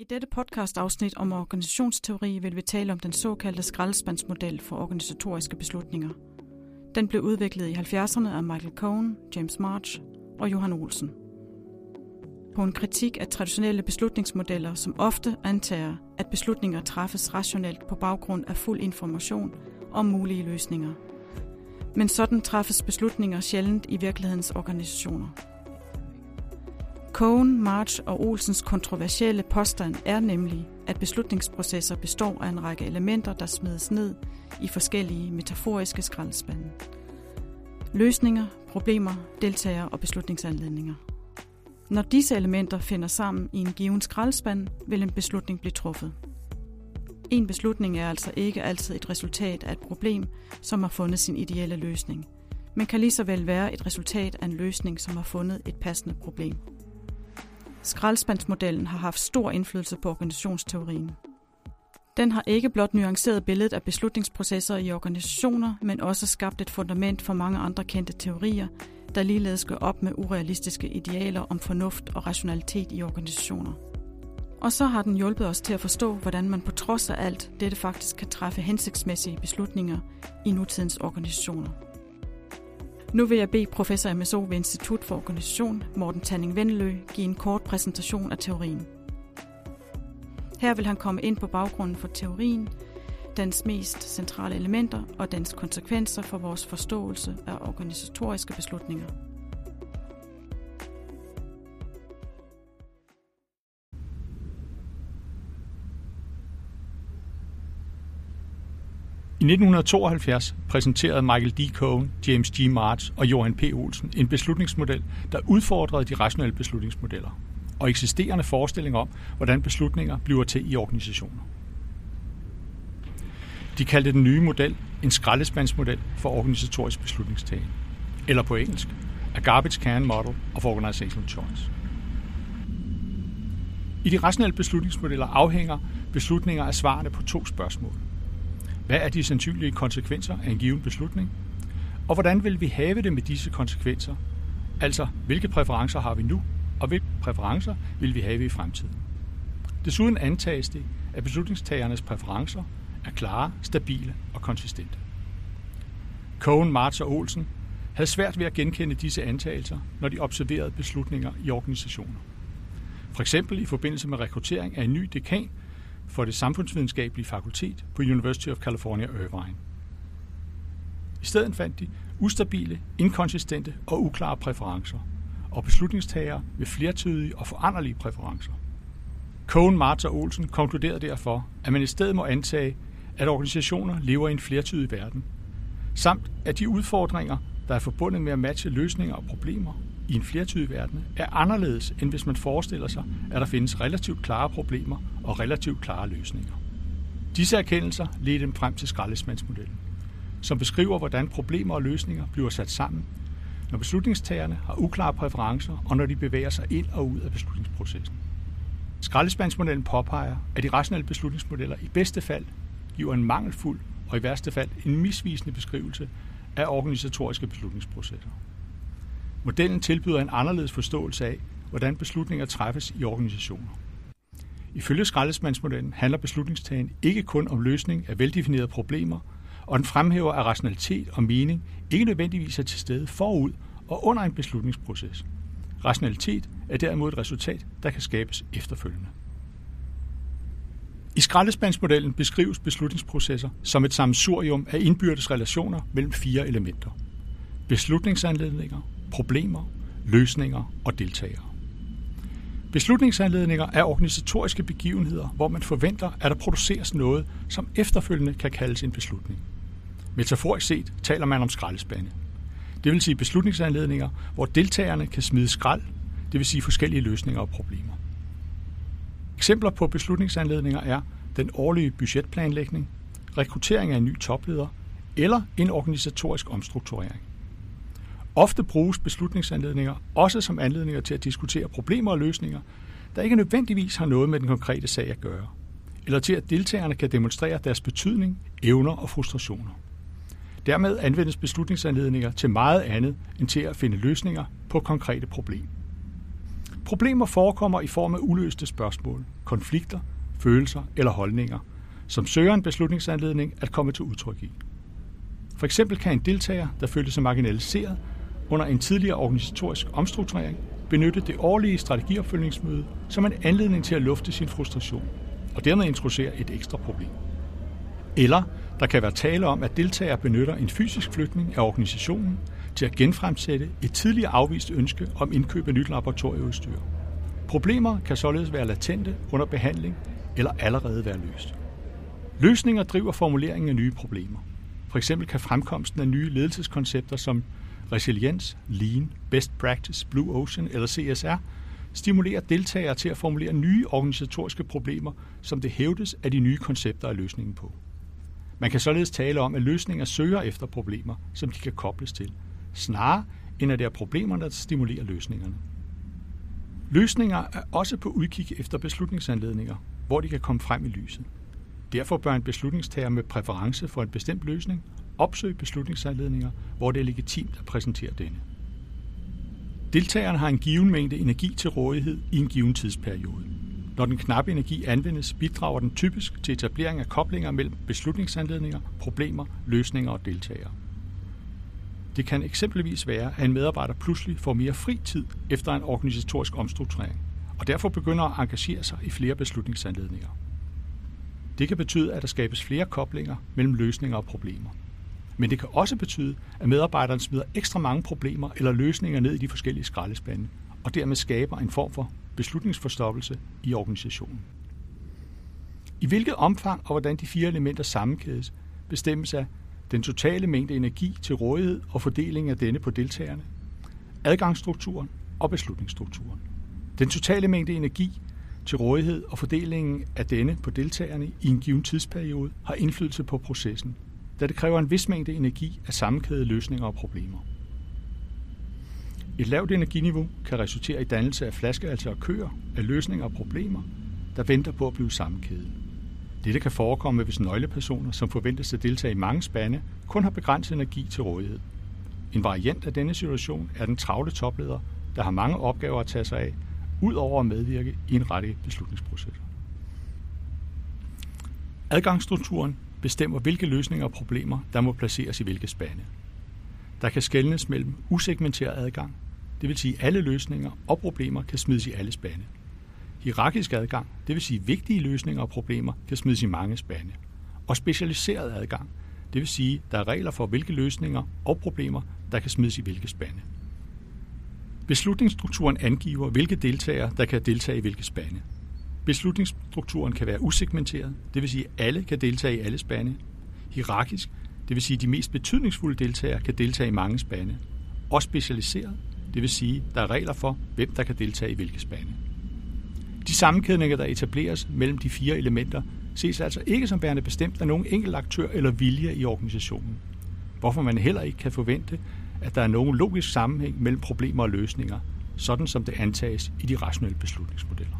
I dette podcast-afsnit om organisationsteori vil vi tale om den såkaldte skraldespandsmodel for organisatoriske beslutninger. Den blev udviklet i 70'erne af Michael Cohen, James March og Johan Olsen. På en kritik af traditionelle beslutningsmodeller, som ofte antager, at beslutninger træffes rationelt på baggrund af fuld information om mulige løsninger. Men sådan træffes beslutninger sjældent i virkelighedens organisationer. Cohen, March og Olsens kontroversielle påstand er nemlig, at beslutningsprocesser består af en række elementer, der smides ned i forskellige metaforiske skraldespande. Løsninger, problemer, deltagere og beslutningsanledninger. Når disse elementer finder sammen i en given skraldespand, vil en beslutning blive truffet. En beslutning er altså ikke altid et resultat af et problem, som har fundet sin ideelle løsning, men kan lige så vel være et resultat af en løsning, som har fundet et passende problem. Skraldespandsmodellen har haft stor indflydelse på organisationsteorien. Den har ikke blot nuanceret billedet af beslutningsprocesser i organisationer, men også skabt et fundament for mange andre kendte teorier, der ligeledes gør op med urealistiske idealer om fornuft og rationalitet i organisationer. Og så har den hjulpet os til at forstå, hvordan man på trods af alt dette faktisk kan træffe hensigtsmæssige beslutninger i nutidens organisationer. Nu vil jeg bede professor MSO ved Institut for Organisation, Morten Tanning-Vendelø, give en kort præsentation af teorien. Her vil han komme ind på baggrunden for teorien, dens mest centrale elementer og dens konsekvenser for vores forståelse af organisatoriske beslutninger. I 1972 præsenterede Michael D. Cohen, James G. March og Johan P. Olsen en beslutningsmodel, der udfordrede de rationelle beslutningsmodeller og eksisterende forestillinger om, hvordan beslutninger bliver til i organisationer. De kaldte den nye model en skraldespandsmodel for organisatorisk beslutningstagen, eller på engelsk, a garbage can model of organizational choice. I de rationelle beslutningsmodeller afhænger beslutninger af svarene på to spørgsmål. Hvad er de sandsynlige konsekvenser af en given beslutning? Og hvordan vil vi have det med disse konsekvenser? Altså, hvilke præferencer har vi nu, og hvilke præferencer vil vi have i fremtiden? Desuden antages det, at beslutningstagernes præferencer er klare, stabile og konsistente. Cohen, March og Olsen havde svært ved at genkende disse antagelser, når de observerede beslutninger i organisationer. For eksempel i forbindelse med rekruttering af en ny dekan for det samfundsvidenskabelige fakultet på University of California, Irvine. I stedet fandt de ustabile, inkonsistente og uklare præferencer, og beslutningstagere med flertydige og foranderlige præferencer. Cohen, March og Olsen konkluderede derfor, at man i stedet må antage, at organisationer lever i en flertydig verden, samt at de udfordringer, der er forbundet med at matche løsninger og problemer i en flertydig verden, er anderledes, end hvis man forestiller sig, at der findes relativt klare problemer og relativt klare løsninger. Disse erkendelser ledte dem frem til skraldespandsmodellen, som beskriver, hvordan problemer og løsninger bliver sat sammen, når beslutningstagerne har uklare præferencer og når de bevæger sig ind og ud af beslutningsprocessen. Skraldespandsmodellen påpeger, at de rationelle beslutningsmodeller i bedste fald giver en mangelfuld og i værste fald en misvisende beskrivelse af organisatoriske beslutningsprocesser. Modellen tilbyder en anderledes forståelse af, hvordan beslutninger træffes i organisationer. Ifølge skraldespandsmodellen handler beslutningstagen ikke kun om løsning af veldefinerede problemer, og den fremhæver, at rationalitet og mening ikke nødvendigvis er til stede forud og under en beslutningsproces. Rationalitet er derimod et resultat, der kan skabes efterfølgende. I skraldespandsmodellen beskrives beslutningsprocesser som et sammensurium af indbyrdes relationer mellem 4 elementer: beslutningsanledninger, problemer, løsninger og deltagere. Beslutningsanledninger er organisatoriske begivenheder, hvor man forventer, at der produceres noget, som efterfølgende kan kaldes en beslutning. Metaforisk set taler man om skraldespande. Det vil sige beslutningsanledninger, hvor deltagerne kan smide skrald, det vil sige forskellige løsninger og problemer. Eksempler på beslutningsanledninger er den årlige budgetplanlægning, rekruttering af en ny topleder eller en organisatorisk omstrukturering. Ofte bruges beslutningsanledninger også som anledninger til at diskutere problemer og løsninger, der ikke nødvendigvis har noget med den konkrete sag at gøre, eller til at deltagerne kan demonstrere deres betydning, evner og frustrationer. Dermed anvendes beslutningsanledninger til meget andet end til at finde løsninger på konkrete problemer. Problemer forekommer i form af uløste spørgsmål, konflikter, følelser eller holdninger, som søger en beslutningsanledning at komme til udtryk i. For eksempel kan en deltager, der følte sig marginaliseret under en tidligere organisatorisk omstrukturering, benytte det årlige strategiopfølgningsmøde som en anledning til at lufte sin frustration, og dermed introducere et ekstra problem. Eller der kan være tale om, at deltagere benytter en fysisk flytning af organisationen til at genfremsætte et tidligere afvist ønske om indkøb af nyt laboratorieudstyr. Problemer kan således være latente under behandling eller allerede være løst. Løsninger driver formuleringen af nye problemer. For eksempel kan fremkomsten af nye ledelseskoncepter som resiliens, lean, best practice, blue ocean eller CSR stimulere deltagere til at formulere nye organisatoriske problemer, som det hævdes, at de nye koncepter er løsningen på. Man kan således tale om, at løsninger søger efter problemer, som de kan kobles til, snarere end at det er problemerne, der stimulerer løsningerne. Løsninger er også på udkig efter beslutningsanledninger, hvor de kan komme frem i lyset. Derfor bør en beslutningstager med præference for en bestemt løsning opsøge beslutningsanledninger, hvor det er legitimt at præsentere denne. Deltagerne har en given mængde energi til rådighed i en given tidsperiode. Når den knappe energi anvendes, bidrager den typisk til etablering af koblinger mellem beslutningsanledninger, problemer, løsninger og deltagere. Det kan eksempelvis være, at en medarbejder pludselig får mere fri tid efter en organisatorisk omstrukturering, og derfor begynder at engagere sig i flere beslutningsanledninger. Det kan betyde, at der skabes flere koblinger mellem løsninger og problemer. Men det kan også betyde, at medarbejderen smider ekstra mange problemer eller løsninger ned i de forskellige skraldespande, og dermed skaber en form for beslutningsforstoppelse i organisationen. I hvilket omfang og hvordan de 4 elementer sammenkædes, bestemmes af den totale mængde energi til rådighed og fordeling af denne på deltagerne, adgangsstrukturen og beslutningsstrukturen. Den totale mængde energi til rådighed og fordelingen af denne på deltagerne i en given tidsperiode har indflydelse på processen, da det kræver en vis mængde energi at sammenkæde løsninger og problemer. Et lavt energiniveau kan resultere i dannelse af flaskehalse og køer af løsninger og problemer, der venter på at blive sammenkædet. Dette kan forekomme, hvis nøglepersoner, som forventes at deltage i mange spande, kun har begrænset energi til rådighed. En variant af denne situation er den travle topleder, der har mange opgaver at tage sig af, ud over at medvirke i en række beslutningsprocesser. Adgangsstrukturen bestemmer, hvilke løsninger og problemer, der må placeres i hvilke spande. Der kan skelnes mellem usegmenteret adgang, det vil sige alle løsninger og problemer kan smides i alle spande. Hierarkisk adgang, det vil sige vigtige løsninger og problemer, kan smides i mange spande. Og specialiseret adgang, det vil sige, der er regler for, hvilke løsninger og problemer, der kan smides i hvilke spande. Beslutningsstrukturen angiver, hvilke deltagere, der kan deltage i hvilke spande. Beslutningsstrukturen kan være usegmenteret, det vil sige, at alle kan deltage i alle spande. Hierarkisk, det vil sige, at de mest betydningsfulde deltagere kan deltage i mange spande. Og specialiseret, det vil sige, at der er regler for, hvem der kan deltage i hvilke spande. De sammenkædninger, der etableres mellem de 4 elementer, ses altså ikke som værende bestemt af nogen enkelt aktør eller vilje i organisationen, hvorfor man heller ikke kan forvente, at der er nogen logisk sammenhæng mellem problemer og løsninger, sådan som det antages i de rationelle beslutningsmodeller.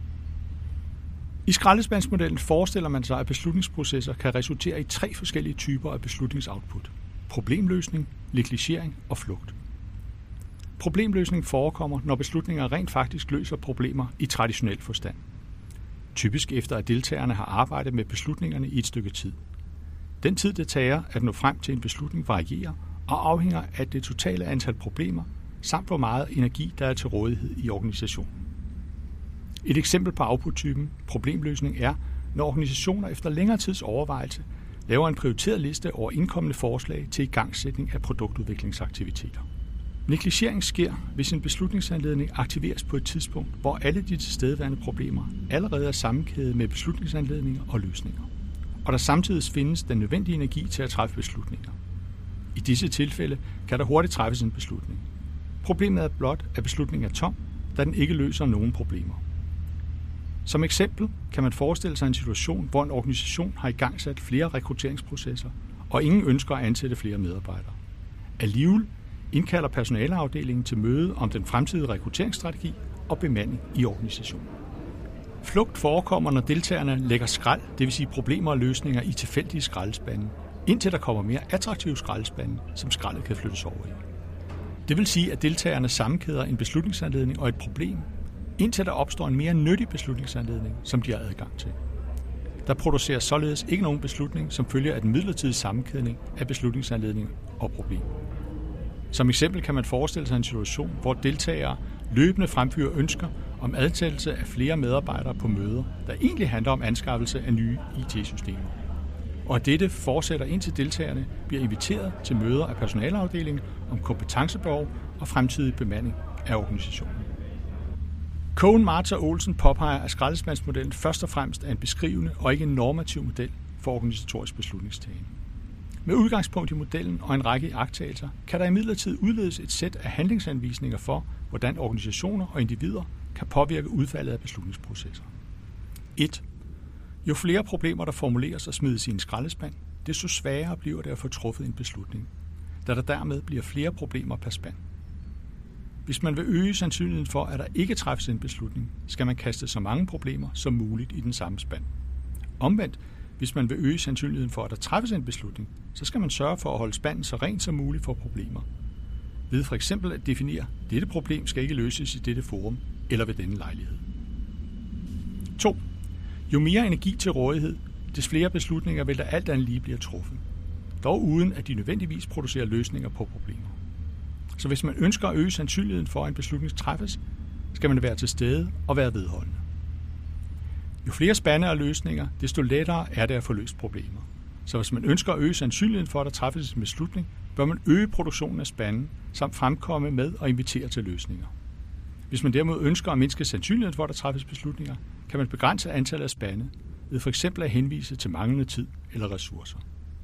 I skraldespandsmodellen forestiller man sig, at beslutningsprocesser kan resultere i 3 forskellige typer af beslutningsoutput: problemløsning, negligering og flugt. Problemløsning forekommer, når beslutninger rent faktisk løser problemer i traditionel forstand. Typisk efter, at deltagerne har arbejdet med beslutningerne i et stykke tid. Den tid, det tager at nå frem til en beslutning, varierer og afhænger af det totale antal problemer, samt hvor meget energi, der er til rådighed i organisationen. Et eksempel på output-typen problemløsning er, når organisationer efter længere tids overvejelse laver en prioriteret liste over indkommende forslag til igangsætning af produktudviklingsaktiviteter. Negligering sker, hvis en beslutningsanledning aktiveres på et tidspunkt, hvor alle de tilstedeværende problemer allerede er sammenkædet med beslutningsanledninger og løsninger, og der samtidig findes den nødvendige energi til at træffe beslutninger. I disse tilfælde kan der hurtigt træffes en beslutning. Problemet er blot, at beslutningen er tom, da den ikke løser nogen problemer. Som eksempel kan man forestille sig en situation, hvor en organisation har igangsat flere rekrutteringsprocesser, og ingen ønsker at ansætte flere medarbejdere. Alligevel indkalder personaleafdelingen til møde om den fremtidige rekrutteringsstrategi og bemanding i organisationen. Flugt forekommer, når deltagerne lægger skrald, det vil sige problemer og løsninger, i tilfældige skraldespande, indtil der kommer mere attraktive skraldespande, som skraldet kan flyttes over i. Det vil sige, at deltagerne sammenkæder en beslutningsanledning og et problem, indtil der opstår en mere nyttig beslutningsanledning, som de har adgang til. Der produceres således ikke nogen beslutning, som følger af den midlertidige sammenkædning af beslutningsanledning og problem. Som eksempel kan man forestille sig en situation, hvor deltagere løbende fremfører ønsker om ansættelse af flere medarbejdere på møder, der egentlig handler om anskaffelse af nye IT-systemer. Og at dette fortsætter indtil deltagerne bliver inviteret til møder af personaleafdelingen om kompetencebehov og fremtidig bemanding af organisationen. Cohen, March og Olsen påpeger, at skraldespandsmodellen først og fremmest er en beskrivende og ikke en normativ model for organisatorisk beslutningstagen. Med udgangspunkt i modellen og en række iagttagelser kan der imidlertid udledes et sæt af handlingsanvisninger for, hvordan organisationer og individer kan påvirke udfaldet af beslutningsprocesser. 1. Jo flere problemer, der formuleres og smides i en skraldespand, desto sværere bliver det at få truffet en beslutning, da der dermed bliver flere problemer per spand. Hvis man vil øge sandsynligheden for, at der ikke træffes en beslutning, skal man kaste så mange problemer som muligt i den samme spand. Omvendt, hvis man vil øge sandsynligheden for, at der træffes en beslutning, så skal man sørge for at holde spanden så rent som muligt for problemer. Ved for eksempel at definere, at dette problem skal ikke løses i dette forum eller ved denne lejlighed. 2. Jo mere energi til rådighed, des flere beslutninger vil der alt andet lige blive truffet. Dog uden at de nødvendigvis producerer løsninger på problemer. Så hvis man ønsker at øge sandsynligheden for, at en beslutning træffes, skal man være til stede og være vedholdende. Jo flere spande og løsninger, desto lettere er det at få løst problemer. Så hvis man ønsker at øge sandsynligheden for, at der træffes en beslutning, bør man øge produktionen af spanden, samt fremkomme med og invitere til løsninger. Hvis man derimod ønsker at mindske sandsynligheden for, at der træffes beslutninger, kan man begrænse antallet af spande ved for eksempel at henvise til manglende tid eller ressourcer.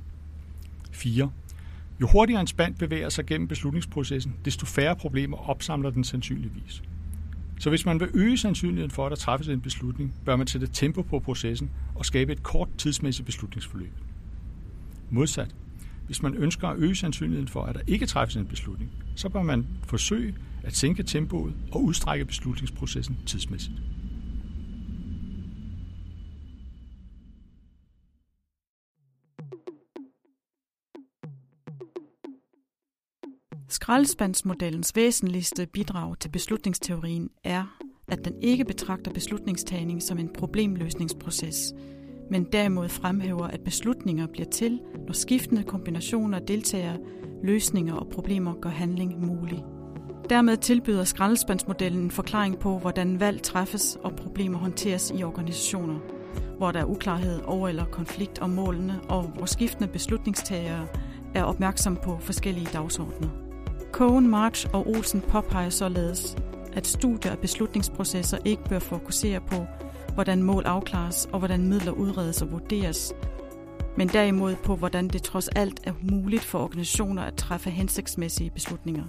4. Jo hurtigere en spand bevæger sig gennem beslutningsprocessen, desto færre problemer opsamler den sandsynligvis. Så hvis man vil øge sandsynligheden for, at der træffes en beslutning, bør man sætte tempo på processen og skabe et kort tidsmæssigt beslutningsforløb. Modsat, hvis man ønsker at øge sandsynligheden for, at der ikke træffes en beslutning, så bør man forsøge at sænke tempoet og udstrække beslutningsprocessen tidsmæssigt. Skraldespandsmodellens væsentligste bidrag til beslutningsteorien er, at den ikke betragter beslutningstagning som en problemløsningsproces, men derimod fremhæver, at beslutninger bliver til, når skiftende kombinationer af deltagere, løsninger og problemer gør handling mulig. Dermed tilbyder skraldespandsmodellen en forklaring på, hvordan valg træffes og problemer håndteres i organisationer, hvor der er uklarhed over eller konflikt om målene, og hvor skiftende beslutningstagere er opmærksom på forskellige dagsordner. Cohen, March og Olsen påpeger således, at studier af beslutningsprocesser ikke bør fokusere på, hvordan mål afklares og hvordan midler udredes og vurderes, men derimod på, hvordan det trods alt er muligt for organisationer at træffe hensigtsmæssige beslutninger.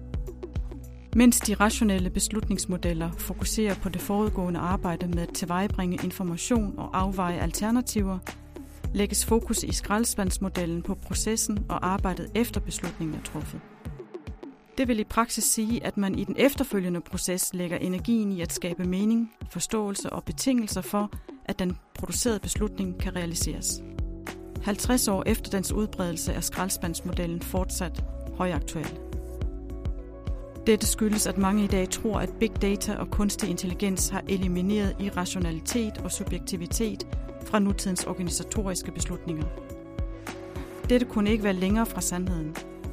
Mens de rationelle beslutningsmodeller fokuserer på det forudgående arbejde med at tilvejebringe information og afveje alternativer, lægges fokus i skraldespandsmodellen på processen og arbejdet efter beslutningen er truffet. Det vil i praksis sige, at man i den efterfølgende proces lægger energien i at skabe mening, forståelse og betingelser for, at den producerede beslutning kan realiseres. 50 år efter dens udbredelse er skraldespandsmodellen fortsat højaktuel. Dette skyldes, at mange i dag tror, at big data og kunstig intelligens har elimineret irrationalitet og subjektivitet fra nutidens organisatoriske beslutninger. Dette kunne ikke være længere fra sandheden.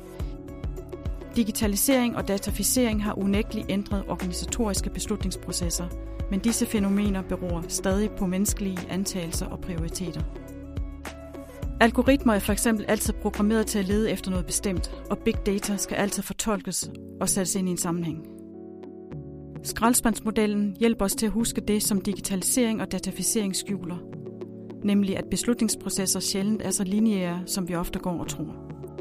Digitalisering og dataficering har unægteligt ændret organisatoriske beslutningsprocesser, men disse fænomener beror stadig på menneskelige antagelser og prioriteter. Algoritmer er for eksempel altid programmeret til at lede efter noget bestemt, og big data skal altid fortolkes og sættes ind i en sammenhæng. Skraldespandsmodellen hjælper os til at huske det, som digitalisering og dataficering skjuler, nemlig at beslutningsprocesser sjældent er så lineære, som vi ofte går og tror.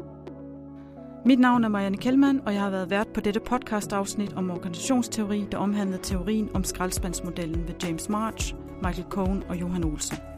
Mit navn er Marianne Kjellmann, og jeg har været vært på dette podcast-afsnit om organisationsteori, der omhandlede teorien om skraldespandsmodellen ved James March, Michael Cohen og Johan Olsen.